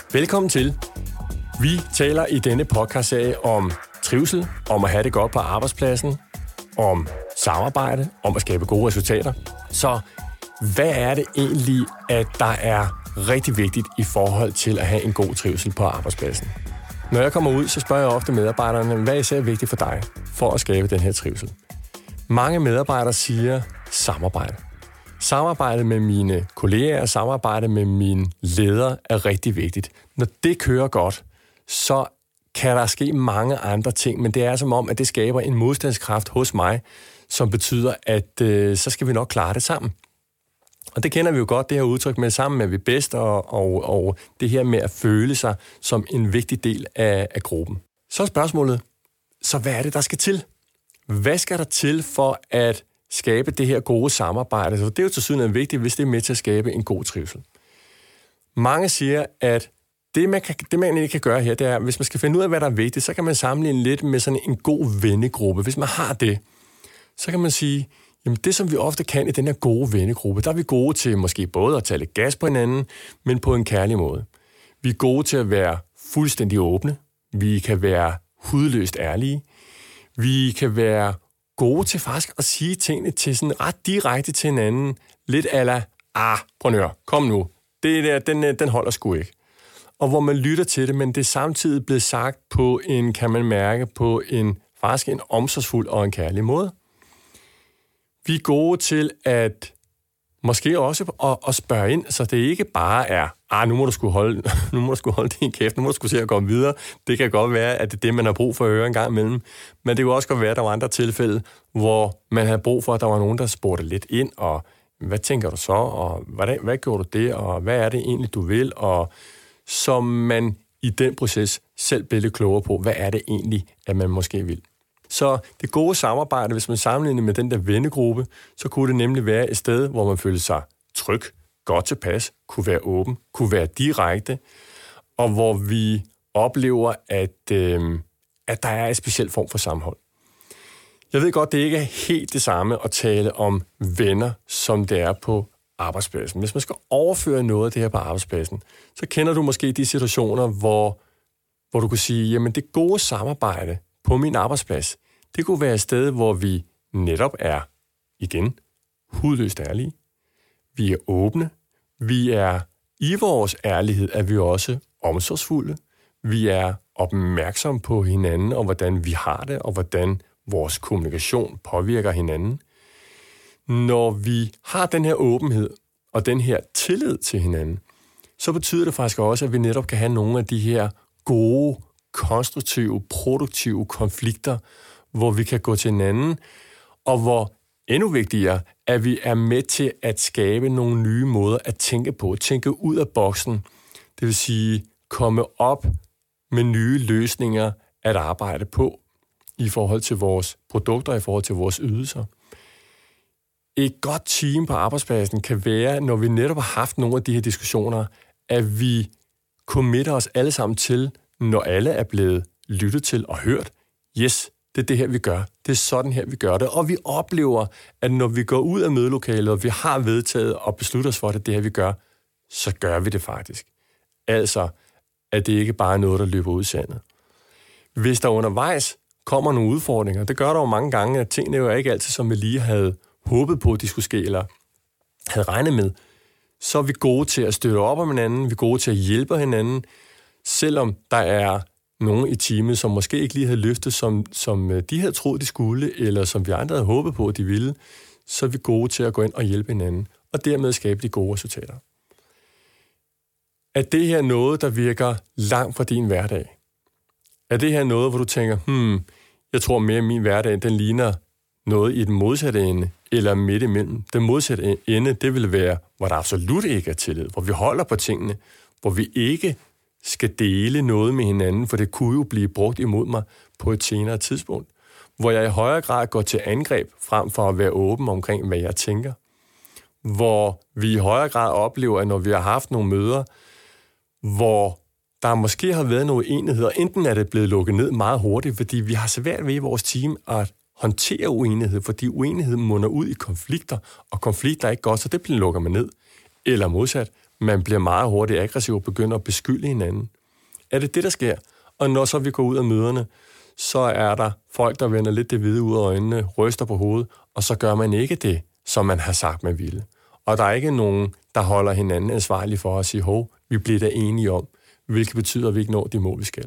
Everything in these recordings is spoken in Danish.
Velkommen til. Vi taler i denne podcastserie om trivsel, om at have det godt på arbejdspladsen, om samarbejde, om at skabe gode resultater. Så hvad er det egentlig, at der er rigtig vigtigt i forhold til at have en god trivsel på arbejdspladsen? Når jeg kommer ud, så spørger jeg ofte medarbejderne, hvad er især vigtigt for dig for at skabe den her trivsel? Mange medarbejdere siger samarbejde. Samarbejde med mine kolleger og samarbejde med mine ledere er rigtig vigtigt. Når det kører godt, så kan der ske mange andre ting, men det er som om, at det skaber en modstandskraft hos mig, som betyder, at så skal vi nok klare det sammen. Og det kender vi jo godt, det her udtryk med sammen er vi bedst, og det her med at føle sig som en vigtig del af gruppen. Så er spørgsmålet, så hvad er det, der skal til? Hvad skal der til for at skabe det her gode samarbejde? Så det er jo til syden vigtigt, hvis det er med til at skabe en god trivsel. Mange siger, at det man ikke kan gøre her, det er, hvis man skal finde ud af, hvad der er vigtigt, så kan man sammenligne lidt med sådan en god vennegruppe. Hvis man har det, så kan man sige, jamen det, som vi ofte kan i den her gode vennegruppe, der er vi gode til måske både at tage lidt gas på hinanden, men på en kærlig måde. Vi er gode til at være fuldstændig åbne. Vi kan være hudløst ærlige. Vi kan være gode til faktisk at sige tingene til sådan ret direkte til hinanden. Lidt a la, prøv at høre, kom nu. Det der, den holder sgu ikke. Og hvor man lytter til det, men det er samtidig blevet sagt på en, kan man mærke, på faktisk en omsorgsfuld og en kærlig måde. Vi er gode til at måske også at spørge ind, så det ikke bare er, nu må du sgu holde din kæft, nu må du sgu se at komme videre. Det kan godt være, at det er det, man har brug for at høre en gang imellem. Men det kan også godt være, at der var andre tilfælde, hvor man havde brug for, at der var nogen, der spurgte lidt ind, og hvad tænker du så, og hvad gjorde du det, og hvad er det egentlig, du vil, og som man i den proces selv bliver lidt klogere på, hvad er det egentlig, at man måske vil. Så det gode samarbejde, hvis man sammenligner med den der vennegruppe, så kunne det nemlig være et sted, hvor man føler sig tryg, godt tilpas, kunne være åben, kunne være direkte, og hvor vi oplever, at der er en speciel form for sammenhold. Jeg ved godt, det ikke er helt det samme at tale om venner, som det er på arbejdspladsen. Hvis man skal overføre noget af det her på arbejdspladsen, så kender du måske de situationer, hvor du kan sige, jamen det gode samarbejde på min arbejdsplads, det kunne være et sted, hvor vi netop er, igen, hudløst ærlige. Vi er åbne. Vi er i vores ærlighed, at vi også omsorgsfulde. Vi er opmærksomme på hinanden, og hvordan vi har det, og hvordan vores kommunikation påvirker hinanden. Når vi har den her åbenhed og den her tillid til hinanden, så betyder det faktisk også, at vi netop kan have nogle af de her gode, konstruktive, produktive konflikter, hvor vi kan gå til hinanden, og hvor endnu vigtigere, at vi er med til at skabe nogle nye måder at tænke på, tænke ud af boksen, det vil sige komme op med nye løsninger at arbejde på i forhold til vores produkter, i forhold til vores ydelser. Et godt team på arbejdspladsen kan være, når vi netop har haft nogle af de her diskussioner, at vi committer os alle sammen til, når alle er blevet lyttet til og hørt, yes, det er det her, vi gør. Det er sådan her, vi gør det. Og vi oplever, at når vi går ud af mødelokalet, og vi har vedtaget og besluttet os for, at det er det her, vi gør, så gør vi det faktisk. Altså, at det ikke bare er noget, der løber ud i sandet. Hvis der undervejs kommer nogle udfordringer, det gør der jo mange gange, at tingene jo ikke altid, som vi lige havde håbet på, at de skulle ske, eller havde regnet med, så er vi gode til at støtte op om hinanden, vi er gode til at hjælpe hinanden, selvom der er nogen i teamet, som måske ikke lige havde løftet, som de havde troet, de skulle, eller som vi andre havde håbet på, at de ville, så er vi gode til at gå ind og hjælpe hinanden, og dermed skabe de gode resultater. Er det her noget, der virker langt fra din hverdag? Er det her noget, hvor du tænker, jeg tror mere, at min hverdag, den ligner noget i den modsatte ende, eller midt imellem? Den modsatte ende, det vil være, hvor der absolut ikke er tillid, hvor vi holder på tingene, hvor vi ikke skal dele noget med hinanden, for det kunne jo blive brugt imod mig på et senere tidspunkt, hvor jeg i højere grad går til angreb, frem for at være åben omkring, hvad jeg tænker. Hvor vi i højere grad oplever, at når vi har haft nogle møder, hvor der måske har været nogle enigheder, enten er det blevet lukket ned meget hurtigt, fordi vi har svært ved i vores team at håndtere uenighed, fordi uenighed munder ud i konflikter, og konflikter er ikke godt, så det lukker man ned. Eller modsat, man bliver meget hurtigt aggressiv og begynder at beskylde hinanden. Er det det, der sker? Og når så vi går ud af møderne, så er der folk, der vender lidt det hvide ud af øjnene, ryster på hovedet, og så gør man ikke det, som man har sagt, man ville. Og der er ikke nogen, der holder hinanden ansvarlig for at sige, hov, vi bliver da enige om, hvilket betyder, at vi ikke når de mål, vi skal.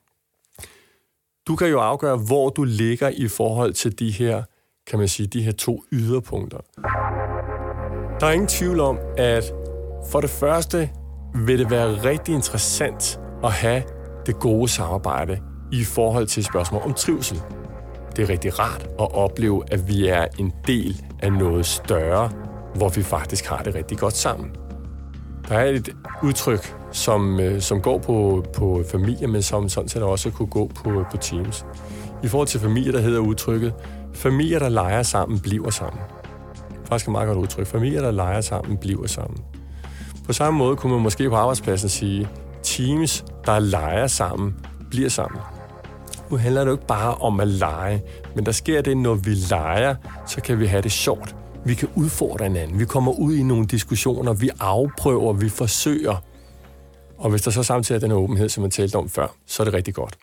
Du kan jo afgøre, hvor du ligger i forhold til de her, kan man sige, de her 2 yderpunkter. Der er ingen tvivl om, at for det første vil det være rigtig interessant at have det gode samarbejde i forhold til spørgsmål om trivsel. Det er rigtig rart at opleve, at vi er en del af noget større, hvor vi faktisk har det rigtig godt sammen. Der er et udtryk, som går på familier, men som sådan set også kunne gå på teams. I forhold til familier, der hedder udtrykket, familier, der leger sammen, bliver sammen. Faktisk et meget godt udtryk. Familier, der leger sammen, bliver sammen. På samme måde kunne man måske på arbejdspladsen sige, teams, der leger sammen, bliver sammen. Nu handler det jo ikke bare om at lege, men der sker det, når vi leger, så kan vi have det sjovt. Vi kan udfordre hinanden. Vi kommer ud i nogle diskussioner, vi afprøver, vi forsøger. Og hvis der så samtidig er den åbenhed, som jeg talte om før, så er det rigtig godt.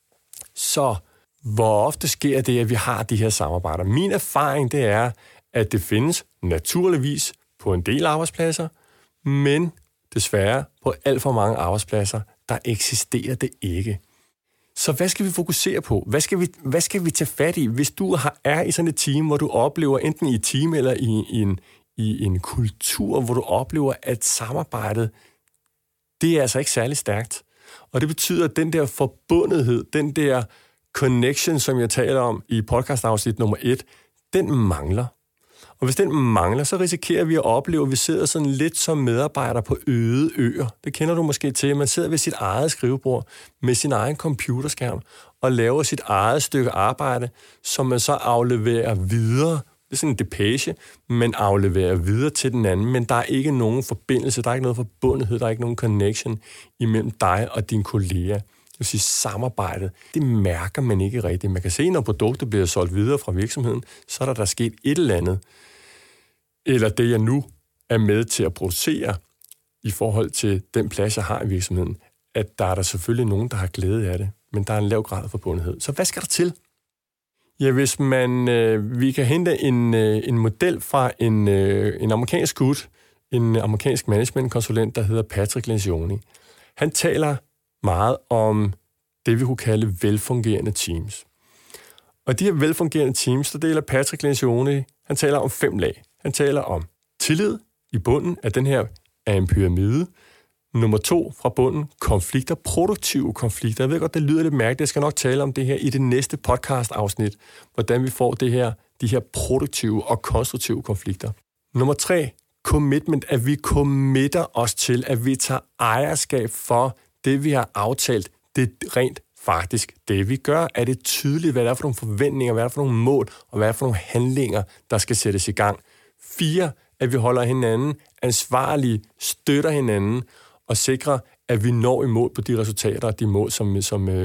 Så hvor ofte sker det, at vi har de her samarbejder? Min erfaring, det er, at det findes naturligvis på en del arbejdspladser, men desværre på alt for mange arbejdspladser, der eksisterer det ikke. Så hvad skal vi fokusere på? Hvad skal vi tage fat i, hvis du er i sådan et team, hvor du oplever, enten i et team eller i en kultur, hvor du oplever, at samarbejdet, det er altså ikke særlig stærkt. Og det betyder, at den der forbundethed, den der connection, som jeg taler om i podcastafsnit nummer 1, den mangler. Og hvis den mangler, så risikerer vi at opleve, at vi sidder sådan lidt som medarbejdere på øde øer. Det kender du måske til. Man sidder ved sit eget skrivebord med sin egen computerskærm og laver sit eget stykke arbejde, som man så afleverer videre. Det er sådan en depage, man afleverer videre til den anden, men der er ikke nogen forbindelse, der er ikke noget forbundethed, der er ikke nogen connection imellem dig og dine kolleger. Det vil sige, samarbejdet, det mærker man ikke rigtigt. Man kan se, når produkter bliver solgt videre fra virksomheden, så er der sket et eller andet, eller det, jeg nu er med til at producere i forhold til den plads, jeg har i virksomheden, at der er der selvfølgelig nogen, der har glæde af det, men der er en lav grad af forbundethed. Så hvad skal der til? Ja, hvis vi kan hente en model fra en amerikansk gut, en amerikansk managementkonsulent, der hedder Patrick Lencioni. Han taler meget om det, vi kunne kalde velfungerende teams. Og de her velfungerende teams, der deler Patrick Lencioni, han taler om 5 lag. Han taler om tillid i bunden af den her af en pyramide. Nummer 2 fra bunden, konflikter, produktive konflikter. Jeg ved godt, det lyder lidt mærkeligt. Jeg skal nok tale om det her i det næste podcast-afsnit, hvordan vi får de her produktive og konstruktive konflikter. Nummer 3, commitment, at vi committer os til, at vi tager ejerskab for det, vi har aftalt, det er rent faktisk det, vi gør. Er det tydeligt, hvad der er for nogle forventninger, hvad der er for nogle mål, og hvad der er for nogle handlinger, der skal sættes i gang. 4, at vi holder hinanden ansvarlige, støtter hinanden og sikrer, at vi når i mål på de resultater og de mål, som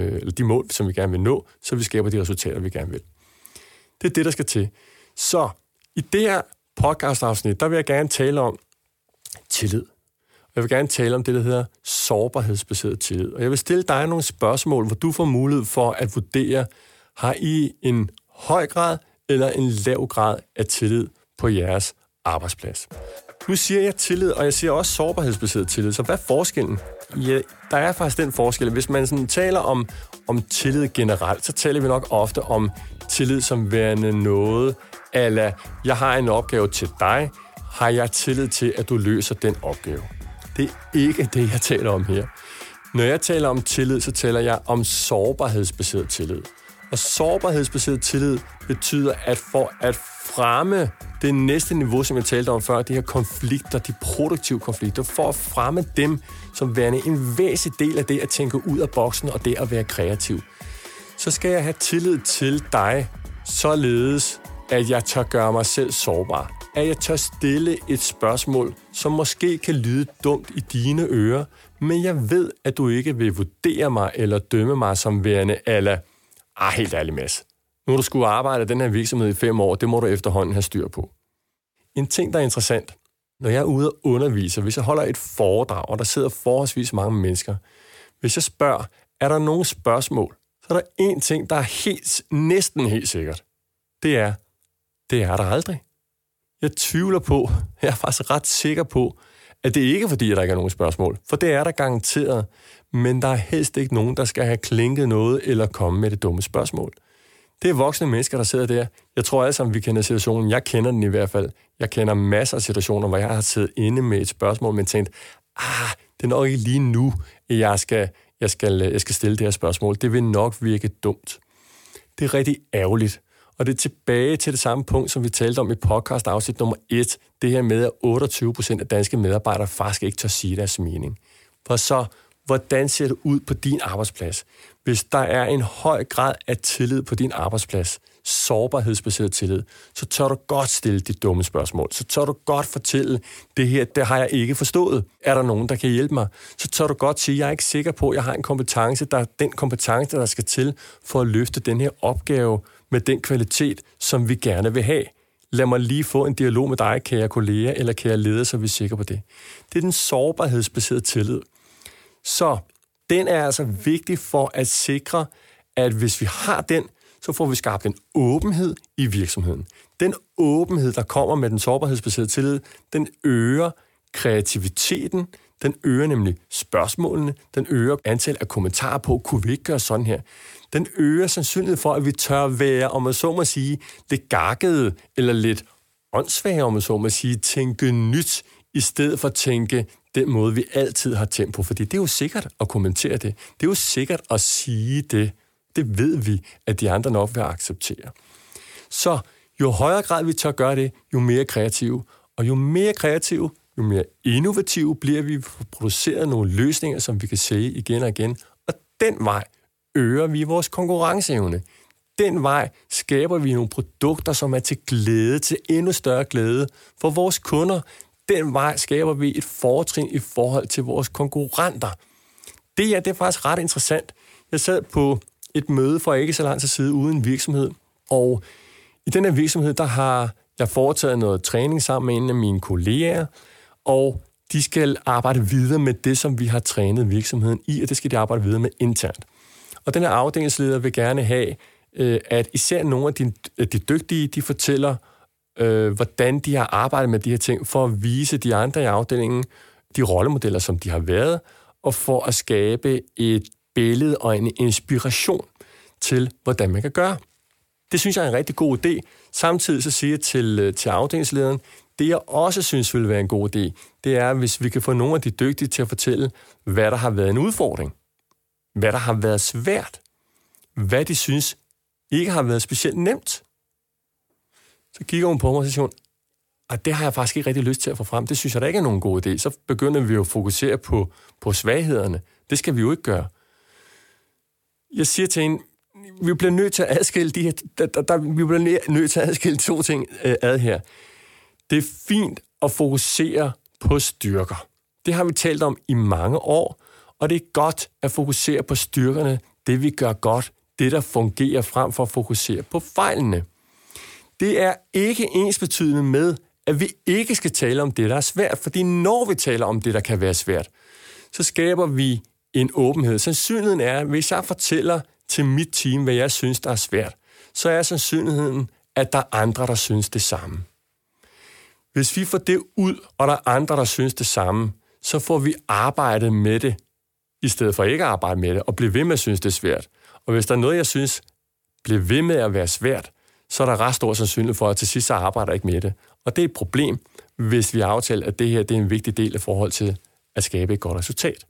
vi gerne vil nå, så vi skaber de resultater, vi gerne vil. Det er det, der skal til. Så i det her podcast-afsnit, der vil jeg gerne tale om tillid. Jeg vil gerne tale om det, der hedder sårbarhedsbaseret tillid. Og jeg vil stille dig nogle spørgsmål, hvor du får mulighed for at vurdere, har I en høj grad eller en lav grad af tillid på jeres arbejdsplads. Nu siger jeg tillid, og jeg siger også sårbarhedsbaseret tillid. Så hvad er forskellen? Ja, der er faktisk den forskel. Hvis man sådan taler om tillid generelt, så taler vi nok ofte om tillid som værende noget, eller jeg har en opgave til dig, har jeg tillid til, at du løser den opgave. Det er ikke det, jeg taler om her. Når jeg taler om tillid, så taler jeg om sårbarhedsbaseret tillid. Og sårbarhedsbaseret tillid betyder, at for at fremme det næste niveau, som jeg talte om før, de her konflikter, de produktive konflikter, for at fremme dem som værende en væsentlig del af det at tænke ud af boksen og det at være kreativ, så skal jeg have tillid til dig, således at jeg tør gøre mig selv sårbar. At jeg tør stille et spørgsmål, som måske kan lyde dumt i dine ører, men jeg ved, at du ikke vil vurdere mig eller dømme mig som værende ala, helt ærlig Mads. Nu har du skulle arbejde i den her virksomhed i 5 år, det må du efterhånden have styr på. En ting, der er interessant, Når jeg er ude og underviser, hvis jeg holder et foredrag, og der sidder forholdsvis mange mennesker, hvis jeg spørger, er der nogle spørgsmål, så er der én ting, der er næsten helt sikkert. Det er der aldrig. Jeg tvivler på, jeg er faktisk ret sikker på, at det ikke er fordi, at der ikke er nogen spørgsmål. For det er der garanteret, men der er helst ikke nogen, der skal have klinket noget eller komme med det dumme spørgsmål. Det er voksne mennesker, der sidder der. Jeg tror alle sammen, vi kender situationen. Jeg kender den i hvert fald. Jeg kender masser af situationer, hvor jeg har siddet inde med et spørgsmål, men tænkt, det er nok ikke lige nu, at jeg skal stille det her spørgsmål. Det vil nok virke dumt. Det er rigtig ærgerligt. Og det er tilbage til det samme punkt, som vi talte om i podcast afsnit nummer 1. Det her med, at 28% af danske medarbejdere faktisk ikke tør sige deres mening. For så, hvordan ser det ud på din arbejdsplads? Hvis der er en høj grad af tillid på din arbejdsplads, sårbarhedsbaseret tillid, så tør du godt stille de dumme spørgsmål. Så tør du godt fortælle, det her, det har jeg ikke forstået. Er der nogen, der kan hjælpe mig? Så tør du godt sige, jeg er ikke sikker på, at jeg har en kompetence, der er den kompetence, der skal til for at løfte den her opgave med den kvalitet, som vi gerne vil have. Lad mig lige få en dialog med dig, kære kolleger eller kære leder, så vi er sikre på det. Det er den sårbarhedsbaserede tillid. Så den er altså vigtig for at sikre, at hvis vi har den, så får vi skabt en åbenhed i virksomheden. Den åbenhed, der kommer med den sårbarhedsbaserede tillid, den øger kreativiteten, den øger nemlig spørgsmålene, den øger antal af kommentarer på, kunne vi ikke gøre sådan her? Den øger sandsynlighed for, at vi tør være, om man så må sige, lidt gakkede eller lidt åndssvage, om man så må sige, tænke nyt, i stedet for at tænke den måde, vi altid har tænkt på. Fordi det er jo sikkert at kommentere det. Det er jo sikkert at sige det. Det ved vi, at de andre nok vil acceptere. Så jo højere grad vi tør gøre det, jo mere kreative. Og jo mere kreative, jo mere innovative bliver vi for at producere nogle løsninger, som vi kan sælge igen og igen. Og den vej øger vi vores konkurrenceevne. Den vej skaber vi nogle produkter, som er til glæde, til endnu større glæde for vores kunder. Den vej skaber vi et fortrin i forhold til vores konkurrenter. Det er faktisk ret interessant. Jeg sad på et møde for ikke så lang tid siden ude i en virksomhed, og i den her virksomhed, der har jeg foretaget noget træning sammen med en af mine kolleger, og de skal arbejde videre med det, som vi har trænet virksomheden i, og det skal de arbejde videre med internt. Og den her afdelingsleder vil gerne have, at især nogle af de dygtige, de fortæller, hvordan de har arbejdet med de her ting, for at vise de andre i afdelingen de rollemodeller, som de har været, og for at skabe et billede og en inspiration til, hvordan man kan gøre. Det synes jeg er en rigtig god idé. Samtidig så siger jeg til afdelingslederen, det jeg også synes vil være en god idé, det er, hvis vi kan få nogle af de dygtige til at fortælle, hvad der har været en udfordring, hvad der har været svært, hvad de synes ikke har været specielt nemt. Så kigger hun på mig og siger, at det har jeg faktisk ikke rigtig lyst til at få frem. Det synes jeg da ikke er nogen god idé. Så begynder vi jo at fokusere på svaghederne. Det skal vi jo ikke gøre. Jeg siger til hende, vi bliver nødt til at adskille vi bliver nødt til at adskille to ting ad her. Det er fint at fokusere på styrker. Det har vi talt om i mange år, og det er godt at fokusere på styrkerne, det vi gør godt, det der fungerer frem for at fokusere på fejlene. Det er ikke ensbetydende med, at vi ikke skal tale om det, der er svært, fordi når vi taler om det, der kan være svært, så skaber vi en åbenhed. Sandsynligheden er, hvis jeg fortæller til mit team, hvad jeg synes, der er svært, så er sandsynligheden, at der er andre, der synes det samme. Hvis vi får det ud, og der er andre, der synes det samme, så får vi arbejdet med det, i stedet for ikke at arbejde med det, og blive ved med at synes, det er svært. Og hvis der er noget, jeg synes, bliver ved med at være svært, så er der ret stor sandsynlighed for, at til sidst så arbejder jeg ikke med det. Og det er et problem, hvis vi aftaler, at det her det er en vigtig del af forhold til at skabe et godt resultat.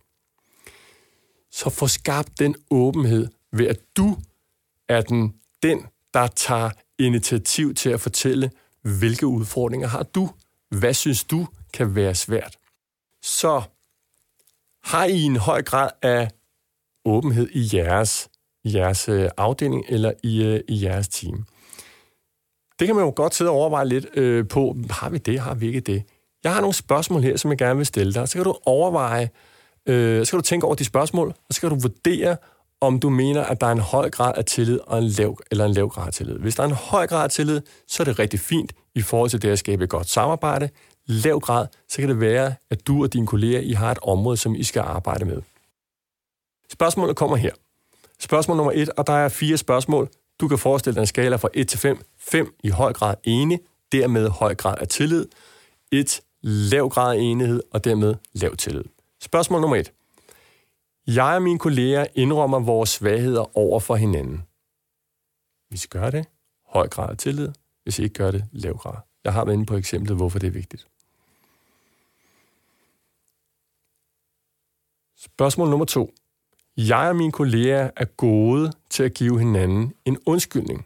Så få skabt den åbenhed ved, at du er den, der tager initiativ til at fortælle, hvilke udfordringer har du? Hvad synes du kan være svært? Så har I en høj grad af åbenhed i jeres afdeling eller i jeres team? Det kan man jo godt sidde og overveje lidt på. Har vi det? Har vi ikke det? Jeg har nogle spørgsmål her, som jeg gerne vil stille dig. Så kan du overveje, så kan du tænke over de spørgsmål, og så kan du vurdere, om du mener, at der er en høj grad af tillid og en lav grad af tillid. Hvis der er en høj grad af tillid, så er det rigtig fint i forhold til det at skabe et godt samarbejde. lav grad, så kan det være, at du og dine kolleger, I har et område, som I skal arbejde med. Spørgsmålet kommer her. Spørgsmål nummer 1, og der er 4 spørgsmål. Du kan forestille dig en skala fra 1 til 5. 5 i høj grad enig, dermed høj grad af tillid. 1 lav grad af enighed, og dermed lav tillid. Spørgsmål nummer 1. Jeg og mine kolleger indrømmer vores svagheder over for hinanden. Hvis I gør det, høj grad af tillid. Hvis I ikke gør det, lav grad. Jeg har været inde på eksemplet, hvorfor det er vigtigt. Spørgsmål nummer 2. Jeg og mine kolleger er gode til at give hinanden en undskyldning.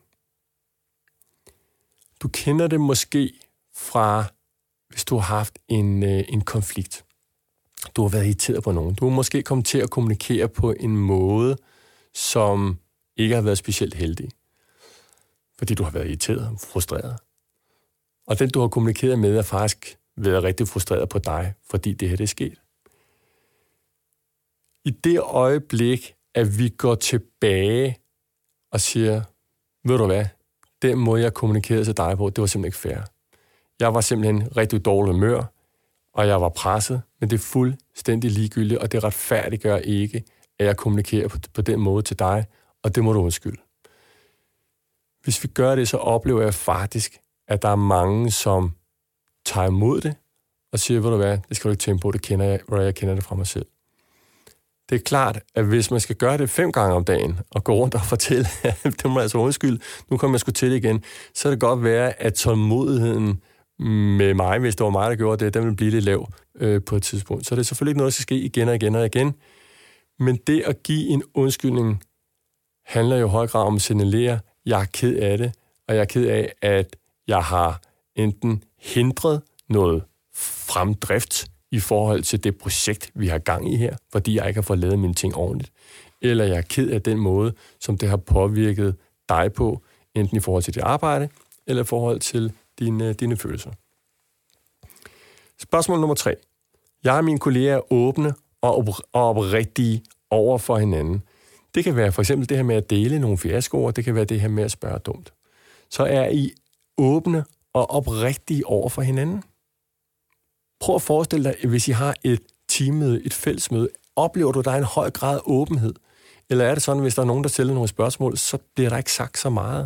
Du kender det måske fra, hvis du har haft en konflikt. Du har været irriteret på nogen. Du har måske kommet til at kommunikere på en måde, som ikke har været specielt heldig. Fordi du har været irriteret og frustreret. Og den, du har kommunikeret med, er faktisk været rigtig frustreret på dig, fordi det her det er sket. I det øjeblik, at vi går tilbage og siger, ved du hvad, den måde, jeg kommunikerede til dig på, det var simpelthen ikke fair. Jeg var simpelthen rigtig dårlig humør, og jeg var presset, men det er fuldstændig ligegyldigt, og det retfærdiggør ikke, at jeg kommunikerer på den måde til dig, og det må du undskylde. Hvis vi gør det, så oplever jeg faktisk, at der er mange, som tager imod det, og siger, ved du hvad, det skal du ikke tænke på, det kender jeg kender det fra mig selv. Det er klart, at hvis man skal gøre det 5 gange om dagen, og gå rundt og fortælle, at det må altså undskylde, nu kommer jeg sgu til igen, så kan det godt være, at tålmodigheden med mig, hvis det var mig, der gjorde det, den vil blive lidt lav på et tidspunkt. Så det er selvfølgelig ikke noget, der skal ske igen og igen og igen. Men det at give en undskyldning handler jo i høj grad om at signalere, jeg er ked af det, og jeg er ked af, at jeg har enten hindret noget fremdrift i forhold til det projekt, vi har gang i her, fordi jeg ikke har fået lavet mine ting ordentligt. Eller jeg er ked af den måde, som det har påvirket dig på, enten i forhold til dit arbejde, eller i forhold til dine følelser. Spørgsmål nummer 3. Jeg og mine kolleger er åbne og oprigtige over for hinanden. Det kan være for eksempel det her med at dele nogle fiaskoer, det kan være det her med at spørge dumt. Så er I åbne og oprigtige over for hinanden. Prøv at forestille dig, hvis I har et teammøde, et fællesmøde, oplever du, at der er en høj grad af åbenhed? Eller er det sådan, hvis der er nogen, der stiller nogle spørgsmål, så bliver der ikke sagt så meget?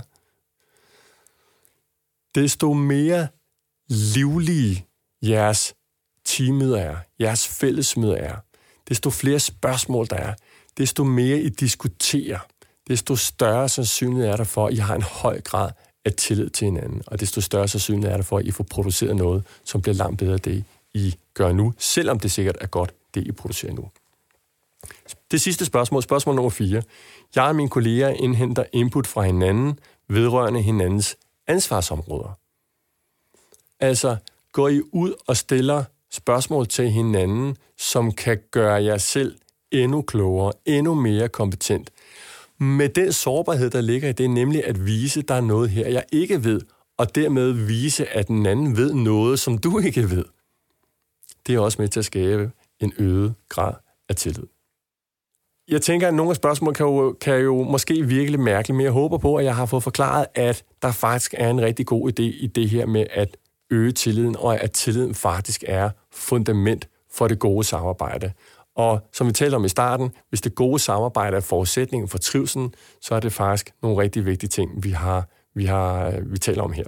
Desto mere livlige jeres teammøder er, jeres fællesmøder er, desto flere spørgsmål der er, desto mere I diskuterer, desto større sandsynlighed er der for, at I har en høj grad af tillid til hinanden, og desto større sandsynlighed er der for, at I får produceret noget, som bliver langt bedre det, I gør nu, selvom det sikkert er godt, det I producerer nu. Det sidste spørgsmål, spørgsmål nummer 4. Jeg og mine kolleger indhenter input fra hinanden vedrørende hinandens ansvarsområder. Altså, går I ud og stiller spørgsmål til hinanden, som kan gøre jer selv endnu klogere, endnu mere kompetent. Med den sårbarhed, der ligger i det, nemlig at vise, at der er noget her, jeg ikke ved, og dermed vise, at den anden ved noget, som du ikke ved. Det er også med til at skabe en øget grad af tillid. Jeg tænker, at nogle af spørgsmålene kan jo måske virkelig mærkeligt, men jeg håber på, at jeg har fået forklaret, at der faktisk er en rigtig god idé i det her med at øge tilliden, og at tilliden faktisk er fundament for det gode samarbejde. Og som vi talte om i starten, hvis det gode samarbejde er forudsætningen for trivselen, så er det faktisk nogle rigtig vigtige ting, vi taler om her.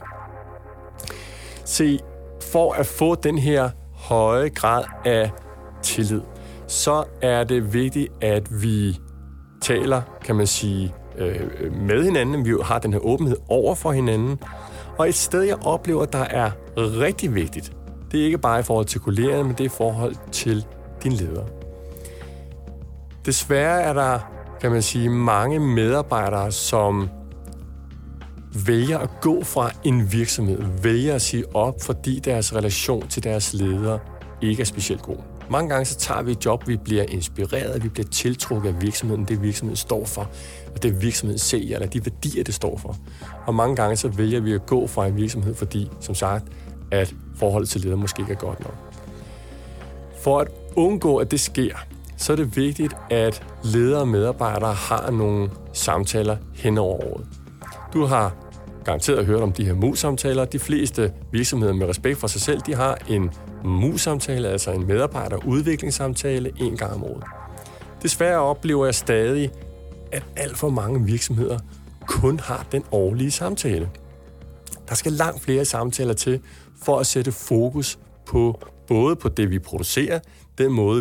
Se, for at få den her høje grad af tillid, så er det vigtigt, at vi taler, kan man sige, med hinanden. Vi har den her åbenhed over for hinanden. Og et sted, jeg oplever, der er rigtig vigtigt, det er ikke bare i forhold til kollegerne, men det er i forhold til din leder. Desværre er der, kan man sige, mange medarbejdere, som vælger at gå fra en virksomhed, vælger at sige op, fordi deres relation til deres leder ikke er specielt god. Mange gange så tager vi et job, vi bliver inspireret, vi bliver tiltrukket af virksomheden, det virksomheden står for, og det virksomheden sælger, eller de værdier, det står for. Og mange gange så vælger vi at gå fra en virksomhed, fordi, som sagt, at forholdet til leder måske ikke er godt nok. For at undgå, at det sker, så er det vigtigt, at ledere og medarbejdere har nogle samtaler hen over året. Du har garanteret hørt om de her mus-samtaler. De fleste virksomheder med respekt for sig selv, de har en mus-samtale, altså en medarbejderudviklingssamtale, en gang om året. Desværre oplever jeg stadig, at alt for mange virksomheder kun har den årlige samtale. Der skal langt flere samtaler til for at sætte fokus på både på det, vi producerer, den måde,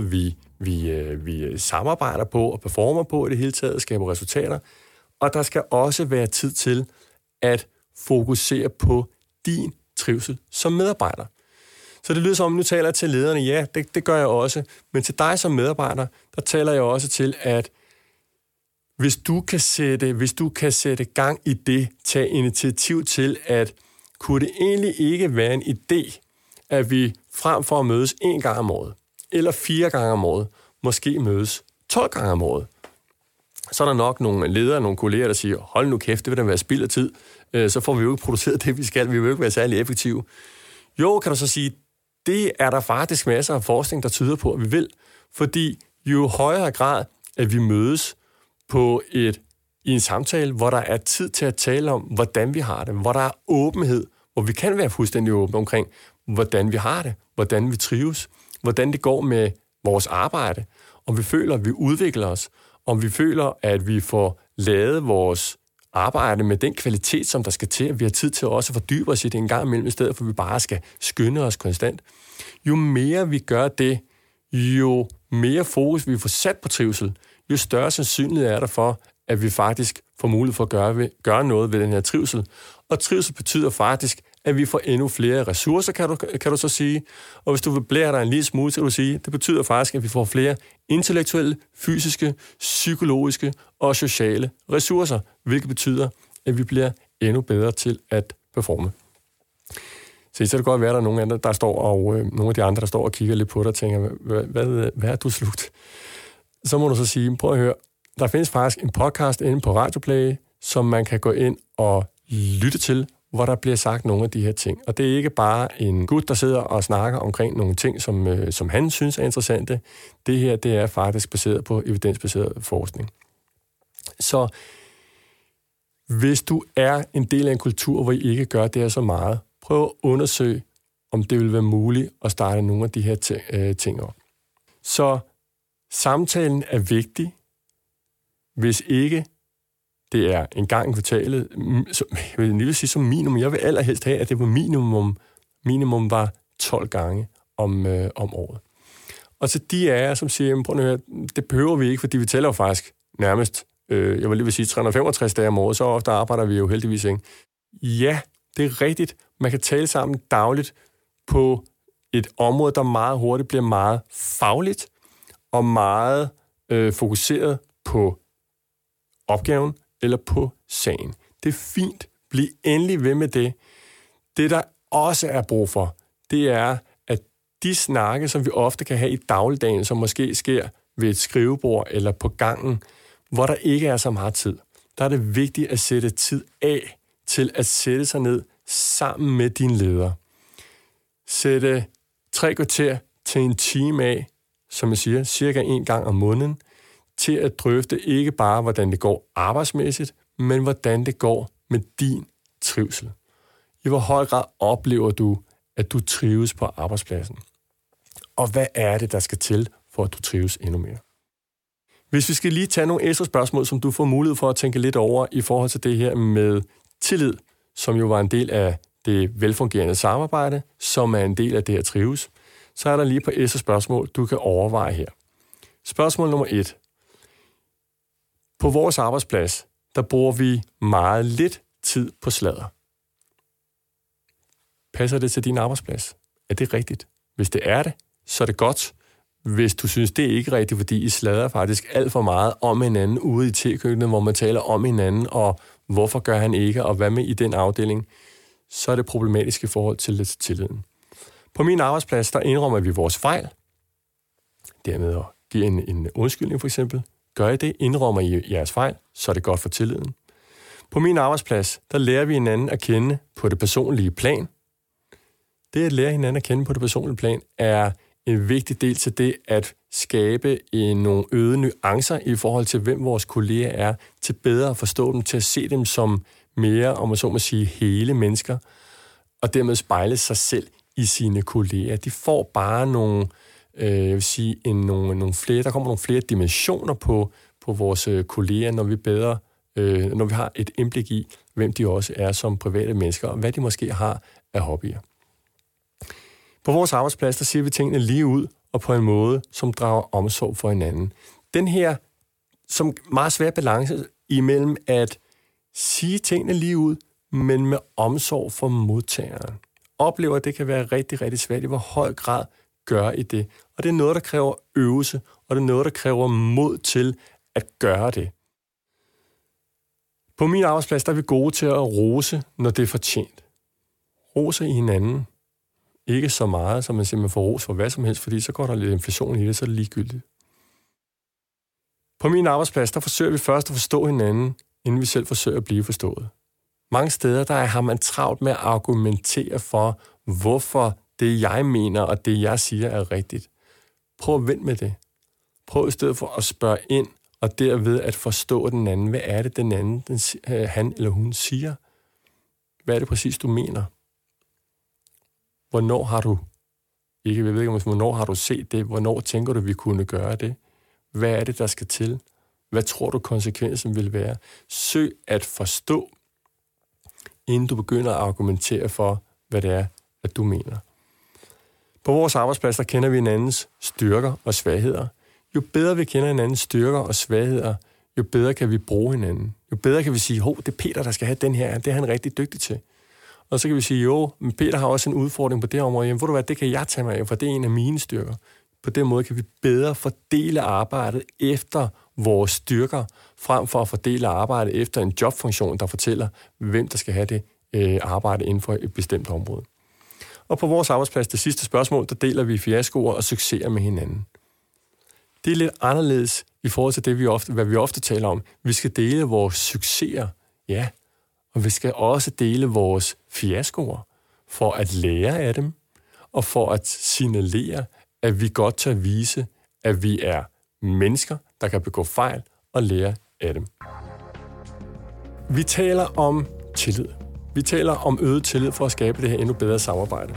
vi samarbejder på og performer på i det hele taget, skaber resultater. Og der skal også være tid til at fokusere på din trivsel som medarbejder. Så det lyder som, nu taler jeg til lederne, ja, det gør jeg også. Men til dig som medarbejder, der taler jeg også til, at hvis du kan sætte gang i det, tage initiativ til, at kunne det egentlig ikke være en idé, at vi frem for at mødes 1 gang om året, eller 4 gange om året, måske mødes 12 gange om året. Så er der nok nogle ledere, nogle kolleger, der siger, hold nu kæft, det vil da være spild af tid, så får vi jo ikke produceret det, vi skal, vi vil jo ikke være særlig effektive. Jo, kan du så sige, det er der faktisk masser af forskning, der tyder på, at vi vil, fordi jo højere grad, at vi mødes i en samtale, hvor der er tid til at tale om, hvordan vi har det, hvor der er åbenhed, hvor vi kan være fuldstændig åbne omkring, hvordan vi har det, hvordan vi trives, hvordan det går med vores arbejde, om vi føler, at vi udvikler os, om vi føler, at vi får lavet vores arbejde med den kvalitet, som der skal til, at vi har tid til også at fordybe os i det en gang imellem, i stedet for at vi bare skal skynde os konstant. Jo mere vi gør det, jo mere fokus vi får sat på trivsel, jo større sandsynlighed er der for, at vi faktisk får mulighed for at gøre noget ved den her trivsel. Og trivsel betyder faktisk, at vi får endnu flere ressourcer, kan du så sige. Og hvis du vil blære dig en lille smule, så kan du sige, det betyder faktisk, at vi får flere intellektuelle, fysiske, psykologiske og sociale ressourcer, hvilket betyder, at vi bliver endnu bedre til at performe. Så det kan godt være, at der er nogle andre, der står nogle af de andre, der står og kigger lidt på dig og tænker, hvad er du slugt? Så må du så sige, prøv at høre, der findes faktisk en podcast inde på Radioplay, som man kan gå ind og lytte til, hvor der bliver sagt nogle af de her ting. Og det er ikke bare en gut, der sidder og snakker omkring nogle ting, som han synes er interessante. Det her, det er faktisk baseret på evidensbaseret forskning. Så hvis du er en del af en kultur, hvor I ikke gør det her så meget, prøv at undersøge, om det vil være muligt at starte nogle af de her ting op. Så samtalen er vigtig. Hvis ikke det er en gang i kvartalet, jeg vil sige som minimum. Jeg vil allerhelst have, at det var minimum var 12 gange om året. Og så de af jer, som siger, prøv at høre, det behøver vi ikke, fordi vi tæller jo faktisk nærmest, jeg vil lige vil sige 365 dage om året, så ofte arbejder vi jo heldigvis ikke. Ja, det er rigtigt. Man kan tale sammen dagligt på et område, der meget hurtigt bliver meget fagligt og meget fokuseret på opgaven eller på sagen. Det er fint. Bliv endelig ved med det. Det, der også er brug for, det er, at de snakke, som vi ofte kan have i dagligdagen, som måske sker ved et skrivebord eller på gangen, hvor der ikke er så meget tid, der er det vigtigt at sætte tid af til at sætte sig ned sammen med din leder. Sætte 3 kvarter til en time af, som jeg siger, cirka 1 gang om måneden, til at drøfte ikke bare, hvordan det går arbejdsmæssigt, men hvordan det går med din trivsel. I hvor høj grad oplever du, at du trives på arbejdspladsen? Og hvad er det, der skal til, for at du trives endnu mere? Hvis vi skal lige tage nogle ekstra spørgsmål, som du får mulighed for at tænke lidt over i forhold til det her med tillid, som jo var en del af det velfungerende samarbejde, som er en del af det her trives, så er der lige et par ekstra spørgsmål, du kan overveje her. Spørgsmål nummer 1. På vores arbejdsplads, der bruger vi meget lidt tid på sladder. Passer det til din arbejdsplads? Er det rigtigt? Hvis det er det, så er det godt. Hvis du synes, det er ikke rigtigt, fordi I sladrer faktisk alt for meget om hinanden ude i tekøkkenet, hvor man taler om hinanden, og hvorfor gør han ikke, og hvad med i den afdeling, så er det problematisk i forhold til tilliden. På min arbejdsplads, der indrømmer vi vores fejl. Dermed at give en undskyldning for eksempel. Gør I det, indrømmer I jeres fejl, så er det godt for tilliden. På min arbejdsplads, der lærer vi hinanden at kende på det personlige plan. Det at lære hinanden at kende på det personlige plan er en vigtig del til det at skabe nogle øgede nuancer i forhold til, hvem vores kolleger er, til bedre at forstå dem, til at se dem som mere, om man så må sige, hele mennesker, og dermed spejle sig selv i sine kolleger. De får bare nogle, jeg vil sige, nogle flere, der kommer nogle flere dimensioner på vores kolleger, når vi har et indblik i, hvem de også er som private mennesker, og hvad de måske har af hobbyer. På vores arbejdsplads, der siger vi tingene lige ud, og på en måde, som drager omsorg for hinanden. Den her som meget svær balance imellem at sige tingene lige ud, men med omsorg for modtageren. Oplever, at det kan være rigtig, rigtig svært. I hvor høj grad gør I det? Og det er noget, der kræver øvelse, og det er noget, der kræver mod til at gøre det. På min arbejdsplads, der er vi gode til at rose, når det er fortjent. Rose i hinanden. Ikke så meget, som man simpelthen får ros for hvad som helst, fordi så går der lidt inflation i det, så er det ligegyldigt. På min arbejdsplads, der forsøger vi først at forstå hinanden, inden vi selv forsøger at blive forstået. Mange steder, der har man travlt med at argumentere for, hvorfor det, jeg mener, og det, jeg siger, er rigtigt. Prøv at vente med det. Prøv i stedet for at spørge ind, og derved at forstå den anden. Hvad er det, den anden, han eller hun siger? Hvad er det præcis, du mener? Hvornår har du set det? Hvornår tænker du, vi kunne gøre det? Hvad er det, der skal til? Hvad tror du, konsekvensen vil være? Søg at forstå, inden du begynder at argumentere for, hvad det er, at du mener. På vores arbejdsplads, der kender vi hinandens styrker og svagheder. Jo bedre vi kender hinandens styrker og svagheder, jo bedre kan vi bruge hinanden. Jo bedre kan vi sige, det er Peter, der skal have den her. Det er han rigtig dygtig til. Og så kan vi sige, men Peter har også en udfordring på det område. Jamen, ved du hvad, det kan jeg tage mig af, for det er en af mine styrker. På den måde kan vi bedre fordele arbejdet efter vores styrker, frem for at fordele arbejdet efter en jobfunktion, der fortæller, hvem der skal have det arbejde inden for et bestemt område. Og på vores arbejdsplads, det sidste spørgsmål, der deler vi fiaskoer og succeser med hinanden. Det er lidt anderledes i forhold til det, hvad vi ofte taler om. Vi skal dele vores succeser, ja, og vi skal også dele vores fiaskoer for at lære af dem, og for at signalere, at vi godt tør vise, at vi er mennesker, der kan begå fejl og lære af dem. Vi taler om tillid. Vi taler om øget tillid for at skabe det her endnu bedre samarbejde.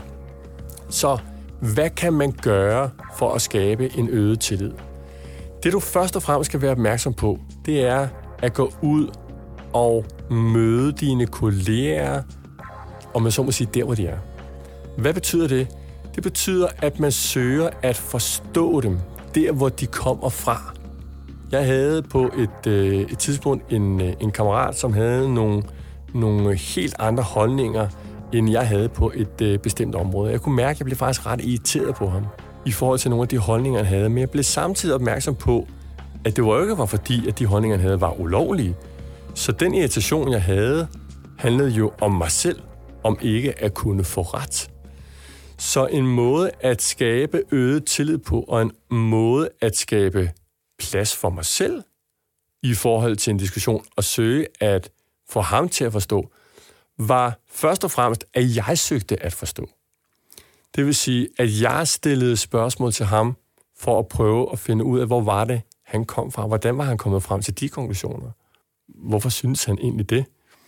Så hvad kan man gøre for at skabe en øget tillid? Det du først og fremmest skal være opmærksom på, det er at gå ud og møde dine kolleger, og man så må sige der, hvor de er. Hvad betyder det? Det betyder, at man søger at forstå dem, der hvor de kommer fra. Jeg havde på et tidspunkt en kammerat, som havde nogle helt andre holdninger, end jeg havde på et bestemt område. Jeg kunne mærke, at jeg blev faktisk ret irriteret på ham i forhold til nogle af de holdninger, han havde. Men jeg blev samtidig opmærksom på, at det jo ikke var fordi, at de holdninger, han havde, var ulovlige. Så den irritation, jeg havde, handlede jo om mig selv, om ikke at kunne få ret. Så en måde at skabe øget tillid på, og en måde at skabe plads for mig selv i forhold til en diskussion, og søge at få ham til at forstå, var først og fremmest, at jeg søgte at forstå. Det vil sige, at jeg stillede spørgsmål til ham, for at prøve at finde ud af, hvor var det, han kom fra. Hvordan var han kommet frem til de konklusioner? Hvorfor synes han egentlig det?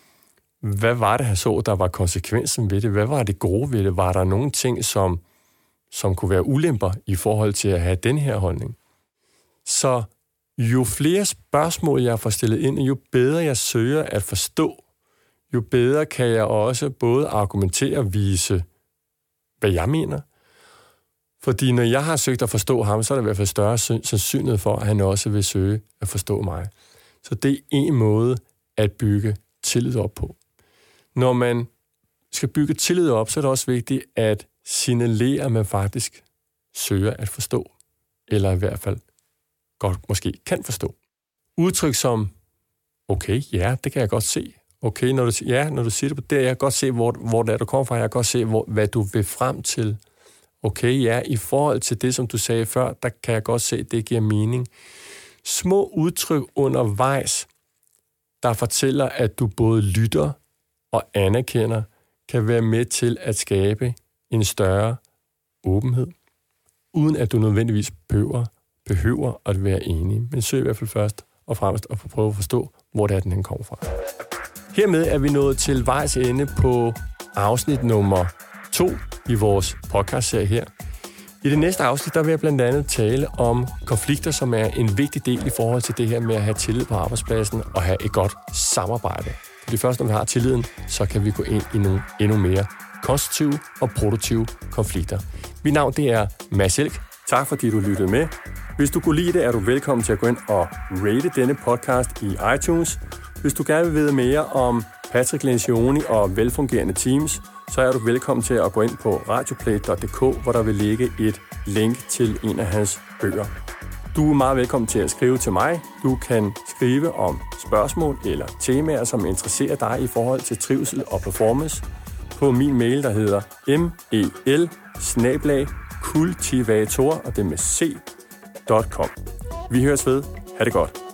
Hvad var det, han så, der var konsekvensen ved det? Hvad var det gode ved det? Var der nogle ting, som kunne være ulemper i forhold til at have den her holdning? Så jo flere spørgsmål, jeg får stillet ind, jo bedre jeg søger at forstå, jo bedre kan jeg også både argumentere og vise, hvad jeg mener. Fordi når jeg har søgt at forstå ham, så er der i hvert fald større sandsynlighed for, at han også vil søge at forstå mig. Så det er en måde at bygge tillid op på. Når man skal bygge tillid op, så er det også vigtigt at signalere, at man faktisk søger at forstå. Eller i hvert fald godt måske kan forstå. Udtryk som, okay, ja, det kan jeg godt se. Okay, når du siger det på det, jeg kan godt se, hvor det er, du kommer fra. Jeg kan godt se, hvad du vil frem til. Okay, ja, i forhold til det, som du sagde før, der kan jeg godt se, at det giver mening. Små udtryk undervejs, der fortæller, at du både lytter og anerkender, kan være med til at skabe en større åbenhed, uden at du nødvendigvis behøver at være enig. Men søg i hvert fald først og fremmest at prøve at forstå, hvor det er, den kommer fra. Hermed er vi nået til vejs ende på afsnit nummer 2 i vores podcastserie her. I det næste afsnit, der vil jeg blandt andet tale om konflikter, som er en vigtig del i forhold til det her med at have tillid på arbejdspladsen og have et godt samarbejde. Fordi først, når vi har tilliden, så kan vi gå ind i nogle endnu mere konstruktive og produktive konflikter. Mit navn, det er Mads Elk. Tak fordi du lyttede med. Hvis du kunne lide det, er du velkommen til at gå ind og rate denne podcast i iTunes. Hvis du gerne vil vide mere om Patrick Lencioni og velfungerende teams, så er du velkommen til at gå ind på radioplay.dk, hvor der vil ligge et link til en af hans bøger. Du er meget velkommen til at skrive til mig. Du kan skrive om spørgsmål eller temaer, som interesserer dig i forhold til trivsel og performance, på min mail, der hedder mel@kultivator, og det med c.com. Vi høres ved. Ha' det godt.